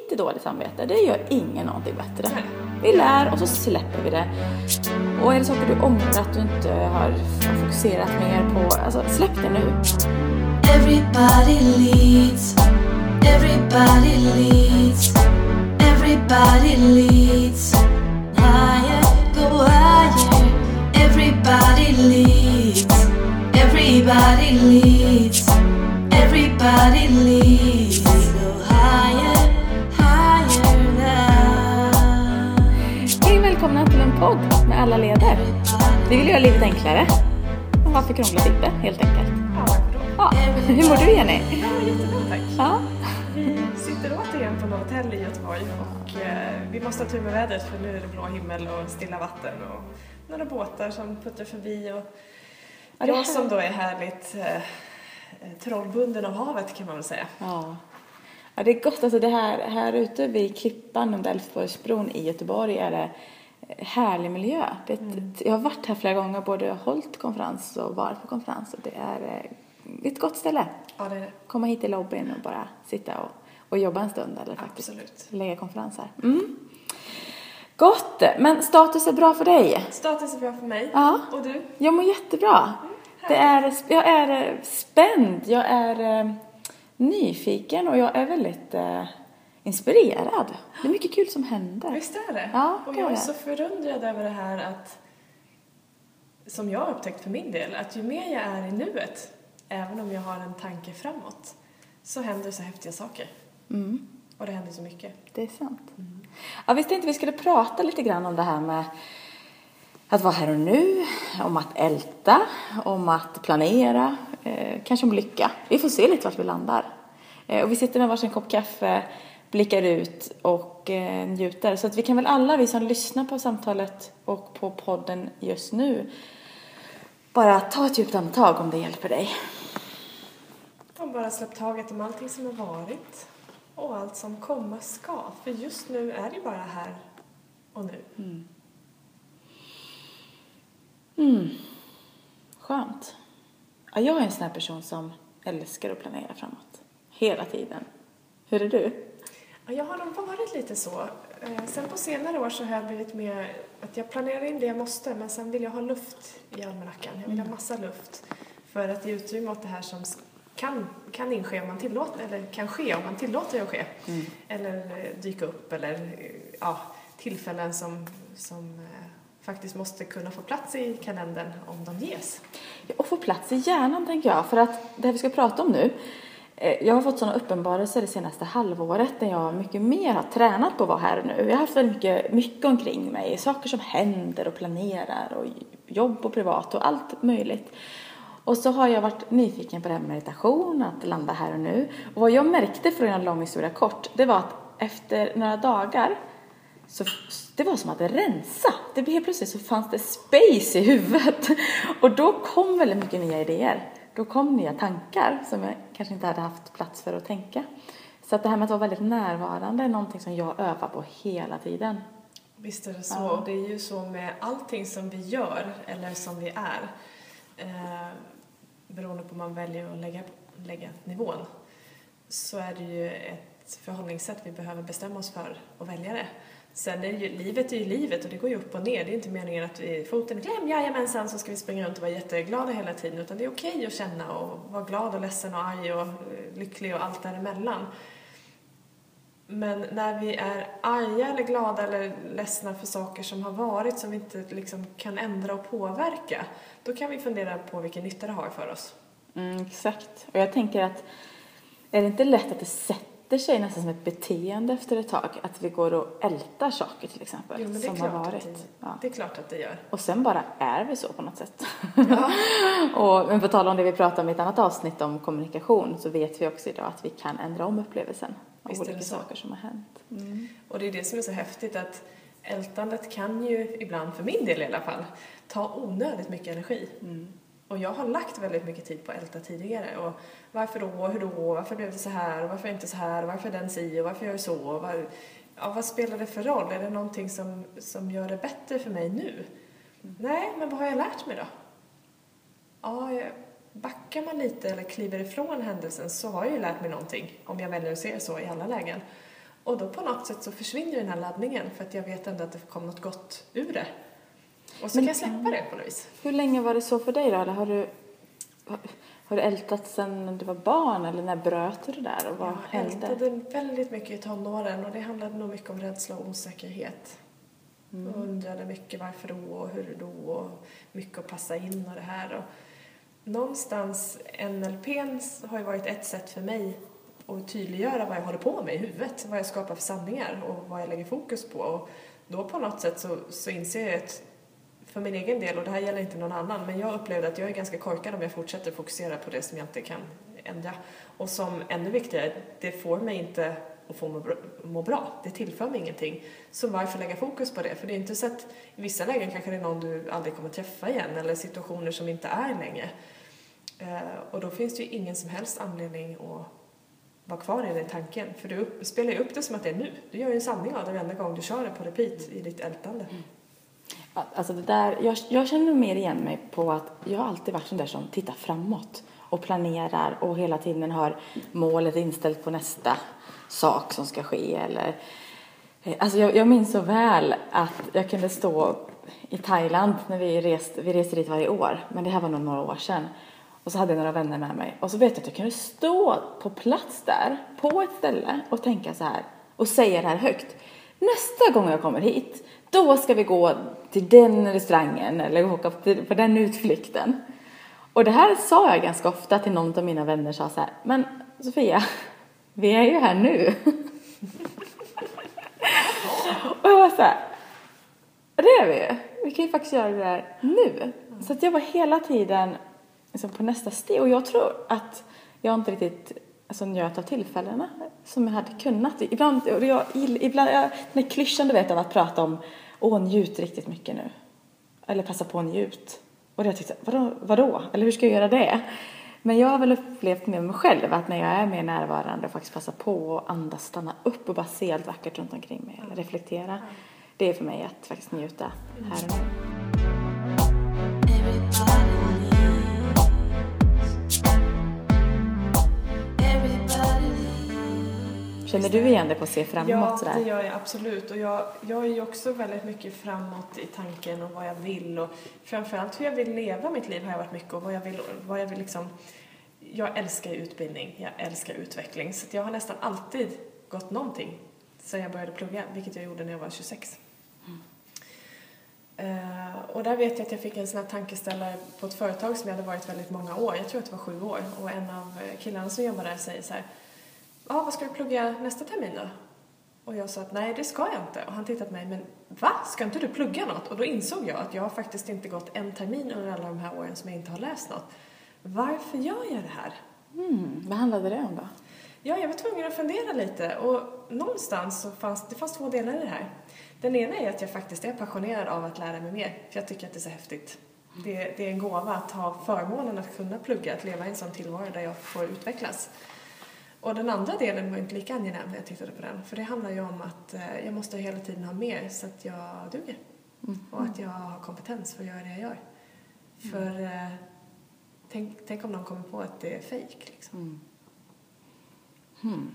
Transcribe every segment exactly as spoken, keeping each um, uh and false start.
lite dåligt samvete, det gör ingen någonting bättre. Vi lär och så släpper vi det. Och är det saker du ångrar att du inte har fokuserat mer på, alltså släpp det nu. Everybody leads, everybody leads, everybody leads, higher, go higher. Everybody leads, everybody leads, everybody leads, go higher, higher now. Hej, välkomna till en podd med alla leder. Vi vill göra livet enklare. Och varför krångla till det, helt enkelt. Ja, varför då? Ja, hur mår du, Jenny? Ja, jättebra, tack. Ja. Vi sitter återigen på något hotell i Göteborg och eh, vi måste ha tur med vädret för nu är det blå himmel och stilla vatten och några båtar som puttrar förbi och Ja, jag här... som då är härligt eh, trollbunden av havet kan man väl säga. Ja. Ja, det är gott. Alltså det här, här ute vid Klippan under Älvsborgsbron i Göteborg är det härlig miljö. Det är ett, mm. Jag har varit här flera gånger, både hållit konferens och varit på konferens. Och det är ett gott ställe. Ja, det är det. Komma hit i lobbyn och bara sitta och, och jobba en stund eller faktiskt Absolut. lägga konferenser. Mm. Gott, men status är bra för dig? Status är bra för mig. Ja. Och du? Jag mår jättebra. Mm, det är, jag är spänd, jag är eh, nyfiken och jag är väldigt eh, inspirerad. Det är mycket kul som händer. Visst är det? Ja, och det jag är är det. så förundrad över det här att, som jag har upptäckt för min del, att ju mer jag är i nuet, även om jag har en tanke framåt, så händer så häftiga saker. Mm. Och det händer så mycket. Det är sant. Mm. Jag visste inte vi skulle prata lite grann om det här med att vara här och nu, om att älta, om att planera, eh, kanske om lycka. Vi får se lite vart vi landar. Eh, och vi sitter med varsin kopp kaffe, blickar ut och eh, njuter. Så att vi kan väl alla, vi som lyssnar på samtalet och på podden just nu, bara ta ett djupt andetag om det hjälper dig. Och bara släpp taget om allting som har varit och allt som komma ska. För just nu är det bara här och nu. Mm. Mm. Skönt. Ja, jag är en sån här person som älskar att planera framåt. Hela tiden. Hur är du? Ja, jag har nog varit lite så. Sen på senare år så har jag blivit mer att jag planerar in det jag måste. Men sen vill jag ha luft i almanackan. Jag vill ha massa luft. För att ge utrymme åt det här som kan, kan inske om man tillåter. Eller kan ske om man tillåter det att ske. Mm. Eller dyka upp. Eller ja, tillfällen som... som faktiskt måste kunna få plats i kalendern om de ges. Ja, och få plats i hjärnan, tänker jag. För att det här vi ska prata om nu, jag har fått sådana uppenbarelser det senaste halvåret där jag mycket mer har tränat på att vara här och nu. Jag har haft väldigt mycket, mycket omkring mig. Saker som händer och planerar och jobb och privat och allt möjligt. Och så har jag varit nyfiken på det här med meditation, att landa här och nu. Och vad jag märkte, för en lång historia kort, det var att efter några dagar så det var som att det rensa. Det blev plötsligt så fanns det space i huvudet. Och då kom väldigt mycket nya idéer. Då kom nya tankar som jag kanske inte hade haft plats för att tänka. Så att det här med att vara väldigt närvarande är någonting som jag övar på hela tiden. Visst är det så. Ja. Och det är ju så med allting som vi gör eller som vi är. Eh, beroende på om man väljer att lägga, lägga nivån. Så är det ju ett förhållningssätt vi behöver bestämma oss för och välja det. Sen är ju, livet är ju livet och det går ju upp och ner. Det är inte meningen att vi foten i kläm, jajamensan, så ska vi springa runt och vara jätteglada hela tiden. Utan det är okej att känna och vara glad och ledsen och arg och lycklig och allt däremellan. Men när vi är arga eller glada eller ledsna för saker som har varit som vi inte liksom kan ändra och påverka, då kan vi fundera på vilken nytta det har för oss. Mm, exakt. Och jag tänker att är det inte lätt att det sätter sig nästan som ett beteende efter ett tag, att vi går och ältar saker till exempel, jo, men det är som har klart varit. Att det, ja. det är klart att det gör. Och sen bara är vi så på något sätt. Ja. och men på tal om det vi pratade om i ett annat avsnitt om kommunikation, så vet vi också idag att vi kan ändra om upplevelsen av Visst är olika det så. saker som har hänt. Mm. Och det är det som är så häftigt, att ältandet kan ju ibland, för min del i alla fall, ta onödigt mycket energi. Mm. Och jag har lagt väldigt mycket tid på att älta tidigare. Och varför då? Hur då? Varför blev det så här? Och varför inte så här? Och varför är den si? Och varför gör jag så? Och var, ja, vad spelar det för roll? Är det någonting som, som gör det bättre för mig nu? Mm. Nej, men vad har jag lärt mig då? Ja, jag, backar man lite eller kliver ifrån händelsen så har jag ju lärt mig någonting. Om jag väljer att se det så i alla lägen. Och då på något sätt så försvinner den här laddningen för att jag vet ändå att det kom något gott ur det. Och så Men, kan jag släppa det på något vis. Hur länge var det så för dig då? Eller har du, har du ältat sedan du var barn? Eller när bröt du det där? Och vad Jag hände? ältade väldigt mycket i tonåren och det handlade nog mycket om rädsla och osäkerhet. Mm. Jag undrade mycket varför då och hur då och mycket att passa in och det här. Och någonstans N L P har ju varit ett sätt för mig att tydliggöra vad jag håller på med i huvudet. Vad jag skapar för sanningar och vad jag lägger fokus på. Och då på något sätt så, så inser jag att för min egen del, och det här gäller inte någon annan, men jag upplevde att jag är ganska korkad om jag fortsätter fokusera på det som jag inte kan ändra. Och som ännu viktigare, det får mig inte att få må, må bra. Det tillför mig ingenting. Så varför lägga fokus på det? För det är inte så att i vissa lägen kanske det är någon du aldrig kommer träffa igen eller situationer som inte är längre. Eh, och då finns det ju ingen som helst anledning att vara kvar i den tanken. För du upp, spelar ju upp det som att det är nu. Du gör ju en sanning av det varenda gång du kör det på repeat i ditt ältande. Mm. Alltså det där, jag, jag känner mer igen mig på att jag har alltid varit sån där som tittar framåt och planerar och hela tiden har målet inställt på nästa sak som ska ske. Eller, alltså jag, jag minns så väl att jag kunde stå i Thailand när vi reste, vi reste dit varje år, men det här var nog några år sedan. Och så hade jag några vänner med mig och så vet jag att jag kunde stå på plats där på ett ställe och tänka så här och säga det här högt. Nästa gång jag kommer hit, då ska vi gå till den restaurangen eller åka på den utflykten. Och det här sa jag ganska ofta till någon av mina vänner, sa så här: men Sofia, vi är ju här nu. Och jag var så här: det är vi ju. Vi kan ju faktiskt göra det här nu. Så att jag var hela tiden liksom på nästa steg. Och jag tror att jag inte riktigt alltså, njöt av tillfällena som jag hade kunnat. Ibland, och jag, ibland jag, den här klyschan du vet av att prata om åh, njut riktigt mycket nu. Eller passa på att njut. Och jag tyckte, vadå, vadå? Eller hur ska jag göra det? Men jag har väl upplevt med mig själv att när jag är mer närvarande och faktiskt passa på att andas, stanna upp och bara se allt vackert runt omkring mig. Eller reflektera. Det är för mig att faktiskt njuta här och nu. Känner du igen det på att se framåt? Ja, sådär? det gör jag absolut. Och jag, jag är ju också väldigt mycket framåt i tanken och vad jag vill. Och framförallt hur jag vill leva mitt liv har jag varit mycket. Och vad jag vill, vad jag vill liksom... Jag älskar utbildning, jag älskar utveckling. Så jag har nästan alltid gått någonting sedan jag började plugga. Vilket jag gjorde när jag var tjugosex. Mm. Uh, och där vet jag att jag fick en sån här tankeställare på ett företag som jag hade varit väldigt många år. Jag tror att det var sju år. Och en av killarna som jobbar där säger så här: ja, vad ska du plugga nästa termin då? Och jag sa att nej, det ska jag inte. Och han tittade på mig, men va? Ska inte du plugga något? Och då insåg jag att jag har faktiskt inte gått en termin under alla de här åren som jag inte har läst något. Varför gör jag det här? Mm, vad handlade det om då? Ja, jag var tvungen att fundera lite. Och någonstans så fanns det fanns två delar i det här. Den ena är att jag faktiskt är passionerad av att lära mig mer. För jag tycker att det är så häftigt. Det, det är en gåva att ha förmånen att kunna plugga, att leva i en sån tillvaro där jag får utvecklas. Och den andra delen var inte lika angenäm när jag tittade på den. För det handlar ju om att eh, jag måste hela tiden ha mer så att jag duger. Mm. Och att jag har kompetens för att göra det jag gör. Mm. För eh, tänk, tänk om någon kommer på att det är fejk. Liksom. Mm. Hmm.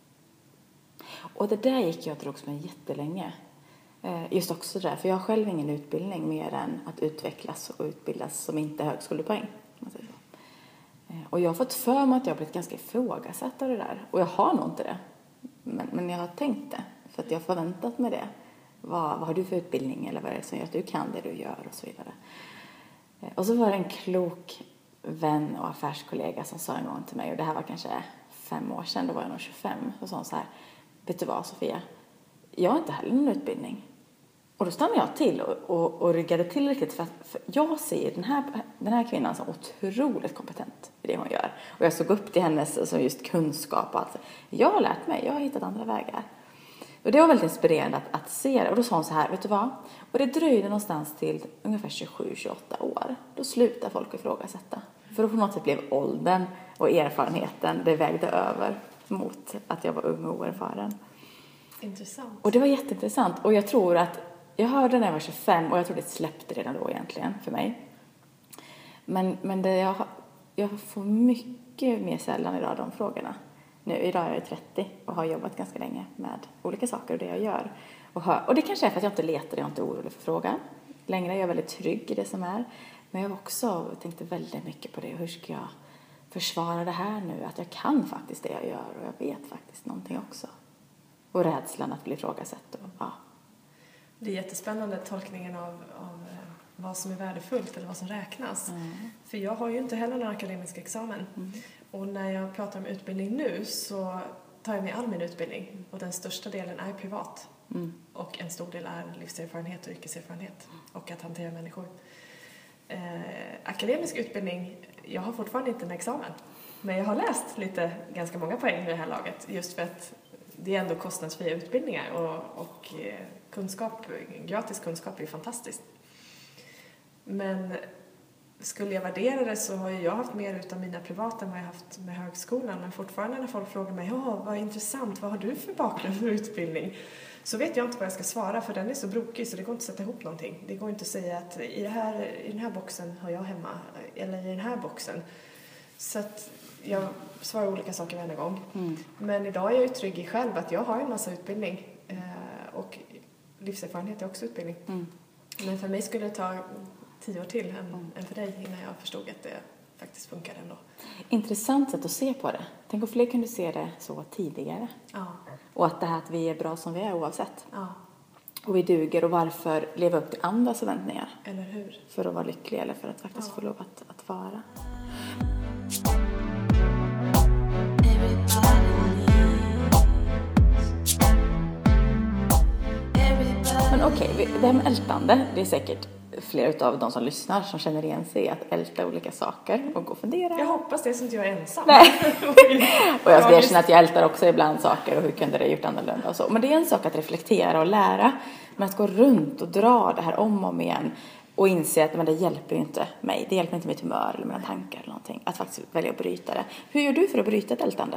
Och det där gick jag och drogs med jättelänge. Eh, just också där. För jag har själv ingen utbildning mer än att utvecklas och utbildas som inte är högskolepoäng. Man säger så. Och jag har fått för mig att jag har blivit ganska ifrågasatt av det där. Och jag har nog inte det. Men, men jag har tänkt det. För att jag har förväntat mig det. Vad, vad har du för utbildning? Eller vad är det som gör att du kan det du gör? Och så vidare. Och så var det en klok vän och affärskollega som sa en gång till mig. Och det här var kanske fem år sedan. Då var jag nog tjugofem. Och sa så här: vet du vad, Sofia? Jag har inte heller någon utbildning. Och då stannade jag till och, och, och ryggade till riktigt. För, att, för jag ser den här, den här kvinnan som otroligt kompetent i det hon gör. Och jag såg upp till hennes som just kunskap och allt. Jag har lärt mig, jag har hittat andra vägar. Och det var väldigt inspirerande att, att se det. Och då sa hon så här, vet du vad? Och det dröjde någonstans till ungefär tjugosju tjugoåtta år. Då slutade folk ifrågasätta. För då på något sätt blev åldern och erfarenheten, det vägde över mot att jag var ung och oerfaren. Intressant. Och det var jätteintressant. Och jag tror att jag hörde när jag var tjugofem och jag tror det släppte redan då egentligen för mig. Men, men det jag, jag får mycket mer sällan idag de frågorna. nu, idag är jag trettio och har jobbat ganska länge med olika saker och det jag gör. Och, hör, och det kanske är för att jag inte letar, jag är inte orolig för frågan. Längre är jag väldigt trygg i det som är. Men jag har också tänkt väldigt mycket på det. Hur ska jag försvara det här nu? Att jag kan faktiskt det jag gör och jag vet faktiskt någonting också. Och rädslan att bli ifrågasatt. Och, ja. Det är jättespännande tolkningen av, av vad som är värdefullt eller vad som räknas. Mm. För jag har ju inte heller någon akademisk examen. Mm. Och när jag pratar om utbildning nu så tar jag med all min utbildning. Och den största delen är privat. Mm. Och en stor del är livserfarenhet och yrkeserfarenhet. Och att hantera människor. Eh, akademisk utbildning, jag har fortfarande inte en examen. Men jag har läst lite, ganska många poäng i det här laget. Just för att det är ändå kostnadsfria utbildningar. Och, och kunskap, gratis kunskap är fantastiskt. Men skulle jag värdera det så har jag haft mer utav mina privata än vad jag haft med högskolan. Men fortfarande när folk frågar mig, ja vad intressant, vad har du för bakgrund för utbildning? Så vet jag inte vad jag ska svara för den är så brokig så det går inte att sätta ihop någonting. Det går inte att säga att i, det här, i den här boxen har jag hemma eller i den här boxen. Så att jag svarar olika saker varje gång. Mm. Men idag är jag ju trygg i själv att jag har en massa utbildning eh, och livserfarenhet är också utbildning. Mm. Men för mig skulle det ta tio år till än, mm. än för dig innan jag förstod att det faktiskt funkar ändå. Intressant sätt att se på det. Tänk om fler kunde se det så tidigare. Ja. Och att det här att vi är bra som vi är oavsett. Ja. Och vi duger och varför leva upp till andras förväntningar. Eller hur? För att vara lycklig eller för att faktiskt ja. få lov att, att vara. Men okej, okay, det här med ältande, det är säkert flera av de som lyssnar som känner igen sig att älta olika saker och gå och fundera. Jag hoppas det är som att jag är ensam. Nej. Och jag ska erkänna att jag ältar också ibland saker och hur kunde det gjort annorlunda och så. Men det är en sak att reflektera och lära. Men att gå runt och dra det här om och om igen och inse att men det hjälper inte mig. Det hjälper inte mitt humör eller mina tankar eller någonting. Att faktiskt välja att bryta det. Hur gör du för att bryta ett ältande?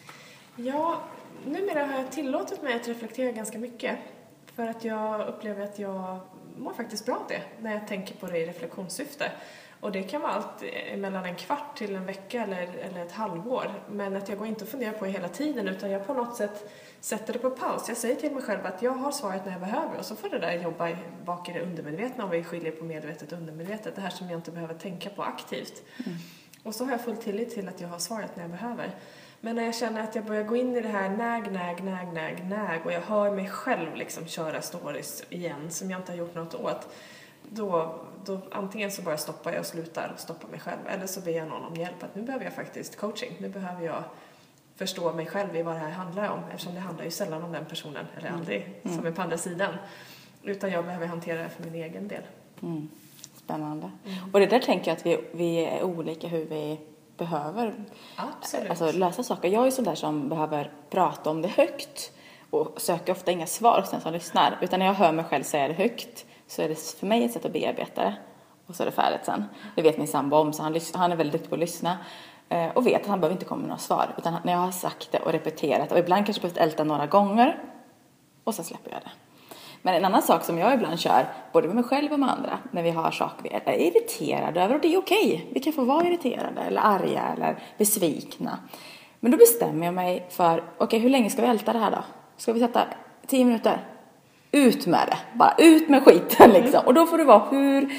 Ja, numera har jag tillåtit mig att reflektera ganska mycket. För att jag upplever att jag mår faktiskt bra det när jag tänker på det i reflektionssyfte. Och det kan vara allt mellan en kvart till en vecka eller, eller ett halvår. Men att jag går inte och funderar på det hela tiden utan jag på något sätt sätter det på paus. Jag säger till mig själv att jag har svaret när jag behöver och så får det där jobba bak i det undermedvetna om vi skiljer på medvetet och undermedvetet. Det här som jag inte behöver tänka på aktivt. Mm. Och så har jag full tillit till att jag har svaret när jag behöver. Men när jag känner att jag börjar gå in i det här näg, näg, näg, näg, näg och jag hör mig själv liksom köra stories igen som jag inte har gjort något åt. Då, då antingen så bara stoppar jag och slutar och stoppar mig själv. Eller så ber jag någon om hjälp att nu behöver jag faktiskt coaching. Nu behöver jag förstå mig själv i vad det här handlar om. Eftersom det handlar ju sällan om den personen, eller mm. aldrig, mm. som är på andra sidan. Utan jag behöver hantera det för min egen del. Mm. Spännande. Mm. Och det där tänker jag att vi, vi är olika hur vi behöver alltså, lösa saker. Jag är sån där som behöver prata om det högt och söker ofta inga svar hos den som lyssnar. Utan när jag hör mig själv säga det högt så är det för mig ett sätt att bearbeta det. Och så är det färdigt sen. Det vet min sambo om så han, han är väldigt duktig på att lyssna. Och vet att han behöver inte komma med några svar. Utan när jag har sagt det och repeterat och ibland kanske behövt älta några gånger och sen släpper jag det. Men en annan sak som jag ibland kör, både med mig själv och med andra, när vi har saker vi är irriterade över, och det är okej. Vi kan få vara irriterade eller arga eller besvikna. Men då bestämmer jag mig för, okej, okay, hur länge ska vi älta det här då? Ska vi sätta tio minuter? Ut med det. Bara ut med skiten liksom. Och då får det vara hur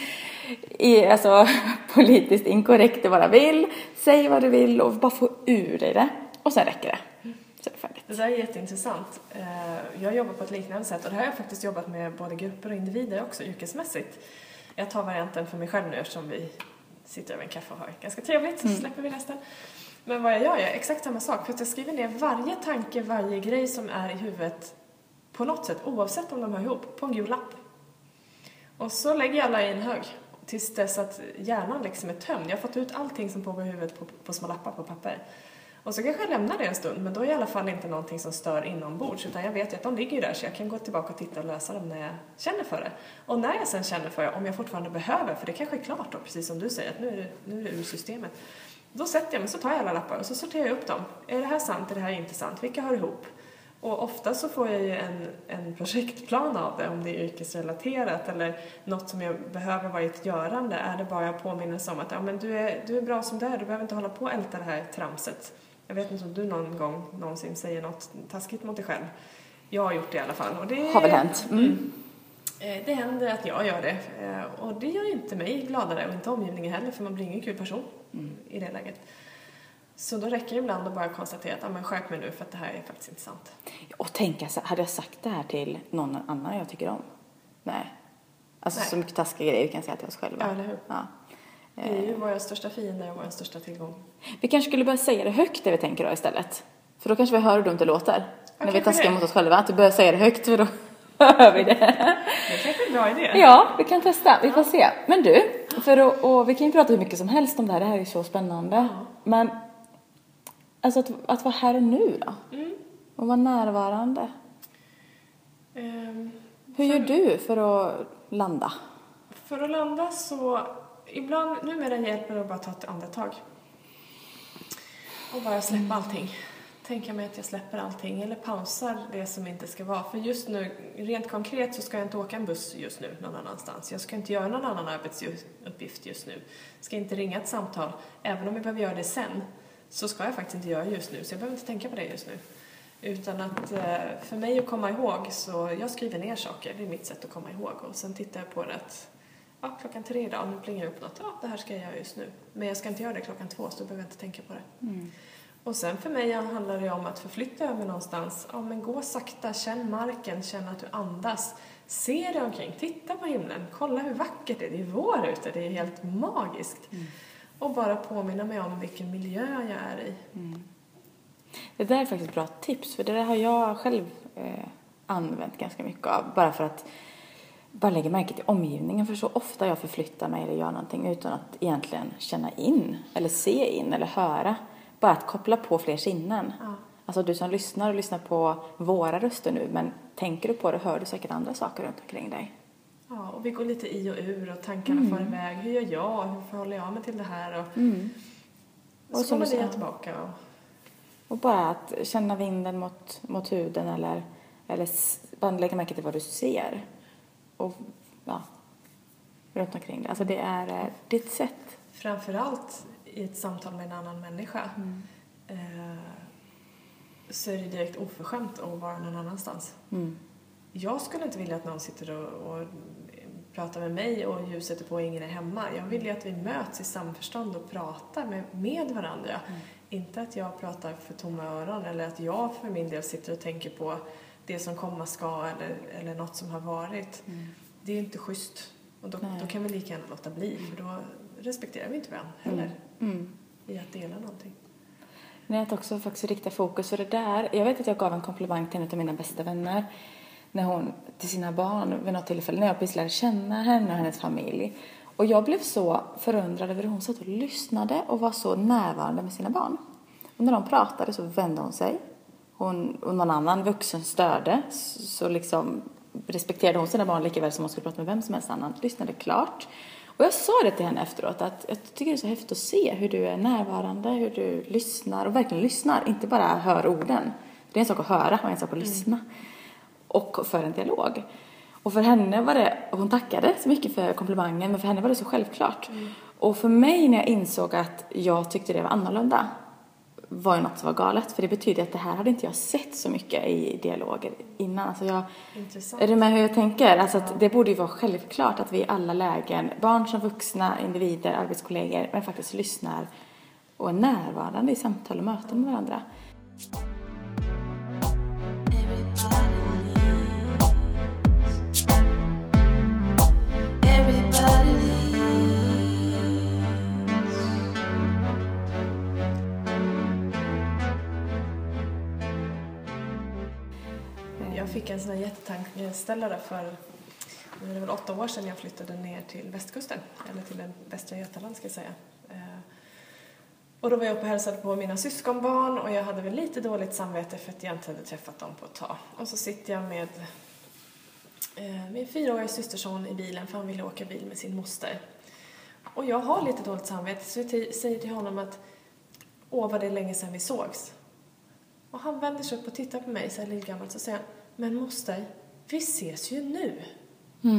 alltså, politiskt inkorrekt du bara vill. Säg vad du vill och bara få ur dig det. Och sen räcker det. Så är det färdigt. Det där är jätteintressant. Jag jobbar på ett liknande sätt och det här har jag faktiskt jobbat med både grupper och individer också yrkesmässigt. Jag tar varianten för mig själv nu eftersom vi sitter över en kaffe och har ganska trevligt så släpper vi resten. Men vad jag gör är exakt samma sak för att jag skriver ner varje tanke, varje grej som är i huvudet på något sätt oavsett om de hör ihop på en gul lapp. Och så lägger jag alla i en hög tills dess att hjärnan liksom är tömd. Jag har fått ut allting som pågår i huvudet på, på små lappar på papper. Och så kanske jag lämnar det en stund, men då är det i alla fall inte någonting som stör inombords. Utan jag vet ju att de ligger där så jag kan gå tillbaka och titta och läsa dem när jag känner för det. Och när jag sen känner för det, om jag fortfarande behöver, för det kanske är klart då, precis som du säger, att nu är det, nu är det ur systemet. Då sätter jag mig, så tar jag alla lappar och så sorterar jag upp dem. Är det här sant, är det här inte sant? Vilka hör ihop? Och ofta så får jag ju en, en projektplan av det, om det är yrkesrelaterat eller något som jag behöver vara i ett görande. Är det bara påminnelse om att ja, men du, är, du är bra som du är, du behöver inte hålla på och älta det här tramset. Jag vet inte om du någon gång någonsin säger något taskigt mot dig själv. Jag har gjort det i alla fall. Och det har väl hänt. Mm. Det händer att jag gör det. Och det gör ju inte mig gladare och inte omgivningen heller. För man blir ingen kul person mm. i det läget. Så då räcker det ibland att bara konstatera att ah, men skärp mig nu för att det här är faktiskt inte sant. Och tänka så, hade jag sagt det här till någon annan jag tycker om? Nej. Alltså Nej. Så mycket taskiga grejer vi kan säga till oss själva. Ja, eller hur? Ja. Det är ju våra största fiender och våra största tillgång. Vi kanske skulle börja säga det högt det vi tänker då istället. För då kanske vi hör hur dumt det låter. Ja, när vi taskar det. Mot oss själva. Att vi börjar säga det högt för då hör vi det. Det kanske är en bra idé. Ja, vi kan testa. Vi får se. Men du, för att, och vi kan ju prata hur mycket som helst om det här. Det här är så spännande. Ja. Men alltså att, att vara här och nu då. Mm. Och vara närvarande. Um, hur gör du för att landa? För att landa så... Ibland, numera hjälper det att bara ta ett andetag. Och bara släppa mm. allting. Tänka mig att jag släpper allting. Eller pausar det som inte ska vara. För just nu, rent konkret så ska jag inte åka en buss just nu någon annanstans. Jag ska inte göra någon annan arbetsuppgift just nu. Jag ska inte ringa ett samtal. Även om jag behöver göra det sen. Så ska jag faktiskt inte göra just nu. Så jag behöver inte tänka på det just nu. Utan att för mig att komma ihåg så jag skriver ner saker. Det är mitt sätt att komma ihåg. Och sen tittar jag på det att ja, klockan tre idag, nu plingar jag upp något. Ja, det här ska jag göra just nu. Men jag ska inte göra det klockan två, så då behöver jag inte tänka på det. Mm. Och sen för mig handlar det om att förflytta över någonstans. Ja, men gå sakta, känn marken, känn att du andas. Se dig omkring, titta på himlen, kolla hur vackert det är. Det är vår ute, det är helt magiskt. Mm. Och bara påminna mig om vilken miljö jag är i. Mm. Det där är faktiskt bra tips, för det där har jag själv eh, använt ganska mycket av. Bara för att bara lägga märke till omgivningen, för så ofta jag förflyttar mig eller gör någonting utan att egentligen känna in eller se in eller höra. Bara att koppla på fler sinnen. Ja. Alltså du som lyssnar och lyssnar på våra röster nu, men tänker du på det hör du säkert andra saker runt omkring dig. Ja, och vi går lite i och ur och tankarna mm. far iväg. Hur gör jag? Hur förhåller jag mig till det här? Och, mm. och så kommer vi tillbaka. Och... och bara att känna vinden mot, mot huden eller, eller bara lägga märke till vad du ser. Och ja, runt omkring det. Alltså det är ditt sätt. Framförallt i ett samtal med en annan människa mm. eh, så är det direkt oförskämt att vara någon annanstans. Mm. Jag skulle inte vilja att någon sitter och, och pratar med mig och ljuset är på och ingen är hemma. Jag vill ju att vi möts i samförstånd och pratar med, med varandra. Mm. Inte att jag pratar för tomma öron eller att jag för min del sitter och tänker på det som komma ska eller, eller något som har varit. Mm. Det är inte schysst. Och då, då kan vi lika gärna låta bli. För då respekterar vi inte varandra heller. Mm. Mm. I att dela någonting. Nej, att också faktiskt rikta fokus för det där. Jag vet att jag gav en komplimang till en av mina bästa vänner. När hon till sina barn vid något tillfälle. När jag precis lärde känna henne och hennes familj. Och jag blev så förundrad över hur hon satt och lyssnade. Och var så närvarande med sina barn. Och när de pratade så vände hon sig. Hon, och någon annan vuxen störde. Så, så liksom respekterade hon sina barn lika väl som hon skulle prata med vem som helst annan. Lyssnade klart. Och jag sa det till henne efteråt. Att jag tycker det är så häftigt att se hur du är närvarande. Hur du lyssnar. Och verkligen lyssnar. Inte bara hör orden. Det är en sak att höra och en sak att lyssna. Mm. Och för en dialog. Och för henne var det, hon tackade så mycket för komplimangen, men för henne var det så självklart. Mm. Och för mig när jag insåg att jag tyckte det var annorlunda, var ju något som var galet. För det betyder att det här hade inte jag sett så mycket i dialoger innan. Alltså jag, är du med hur jag tänker? Alltså att det borde ju vara självklart att vi i alla lägen, barn som vuxna, individer, arbetskollegor, men faktiskt lyssnar och är närvarande i samtal och möten med varandra. Jag fick en sån här jättetankeställare för det var väl åtta år sedan jag flyttade ner till västkusten. Eller till den västra Götaland ska jag säga. Och då var jag uppe och hälsade på mina syskonbarn. Och jag hade väl lite dåligt samvete för att jag inte hade träffat dem på ett tag. Och så sitter jag med min fyraåriga systerson i bilen. För han ville åka bil med sin moster. Och jag har lite dåligt samvete. Så jag säger till honom att åh vad det är länge sedan vi sågs. Och han vänder sig upp och tittar på mig så här lillgammalt. Så säger han, men moster, vi ses ju nu. Mm.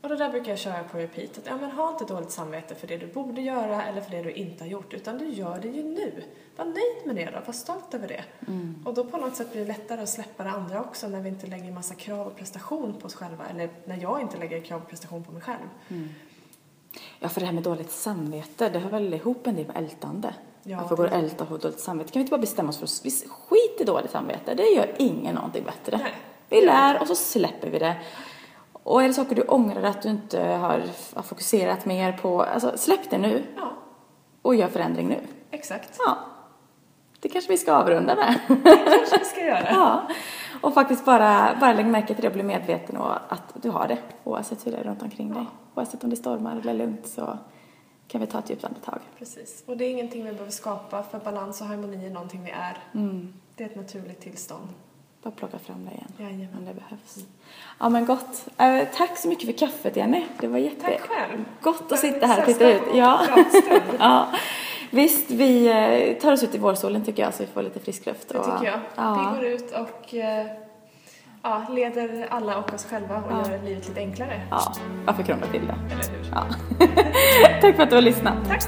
Och det där brukar jag köra på repeat. Att, ja, men ha inte dåligt samvete för det du borde göra eller för det du inte har gjort. Utan du gör det ju nu. Var nöjd med det då. Var stolt över det. Mm. Och då på något sätt blir det lättare att släppa det andra också. När vi inte lägger en massa krav och prestation på oss själva. Eller när jag inte lägger krav och prestation på mig själv. Mm. Ja, för det här med dåligt samvete. Det har väl ihop en del med ältande. Ja, varför går älta och ha dåligt samvete? Kan vi inte bara bestämma oss för att vi skit i dåligt samvete? Det gör ingen någonting bättre. Nej. Vi lär och så släpper vi det. Och är det saker du ångrar att du inte har fokuserat mer på, alltså släpp det nu. Ja. Och gör förändring nu. Exakt. Ja. Det kanske vi ska avrunda med. Det kanske vi ska göra. Ja. Och faktiskt bara, bara lägga märke till det och bli medveten om att du har det. Oavsett hur det är runt omkring dig. Ja. Oavsett om det stormar eller är lugnt så kan vi ta ett djupt andetag. Precis. Och det är ingenting vi behöver skapa, för balans och harmoni är någonting vi är. Mm. Det är ett naturligt tillstånd. Bara plocka fram det igen. Jajamän. Men det behövs. Mm. Ja, men gott. Äh, tack så mycket för kaffet, Jenny. Det var jätte... Tack själv. Gott att sitta här och titta ut. Ja. Ja. Visst, vi tar oss ut i vårsolen tycker jag, så vi får lite frisk luft. Det tycker jag. Ja. Vi går ut och ja, leder alla och oss själva och ja. Gör livet lite enklare. Ja, varför krångla till det? Eller hur? Ja. Tack för att du har lyssnat. Tack.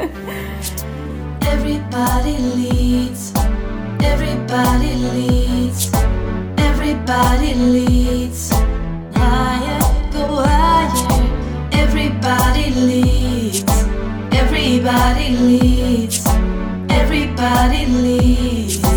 Everybody leads. Everybody leads. Everybody leads. Higher, go higher. Everybody leads. Everybody leads. Everybody leads.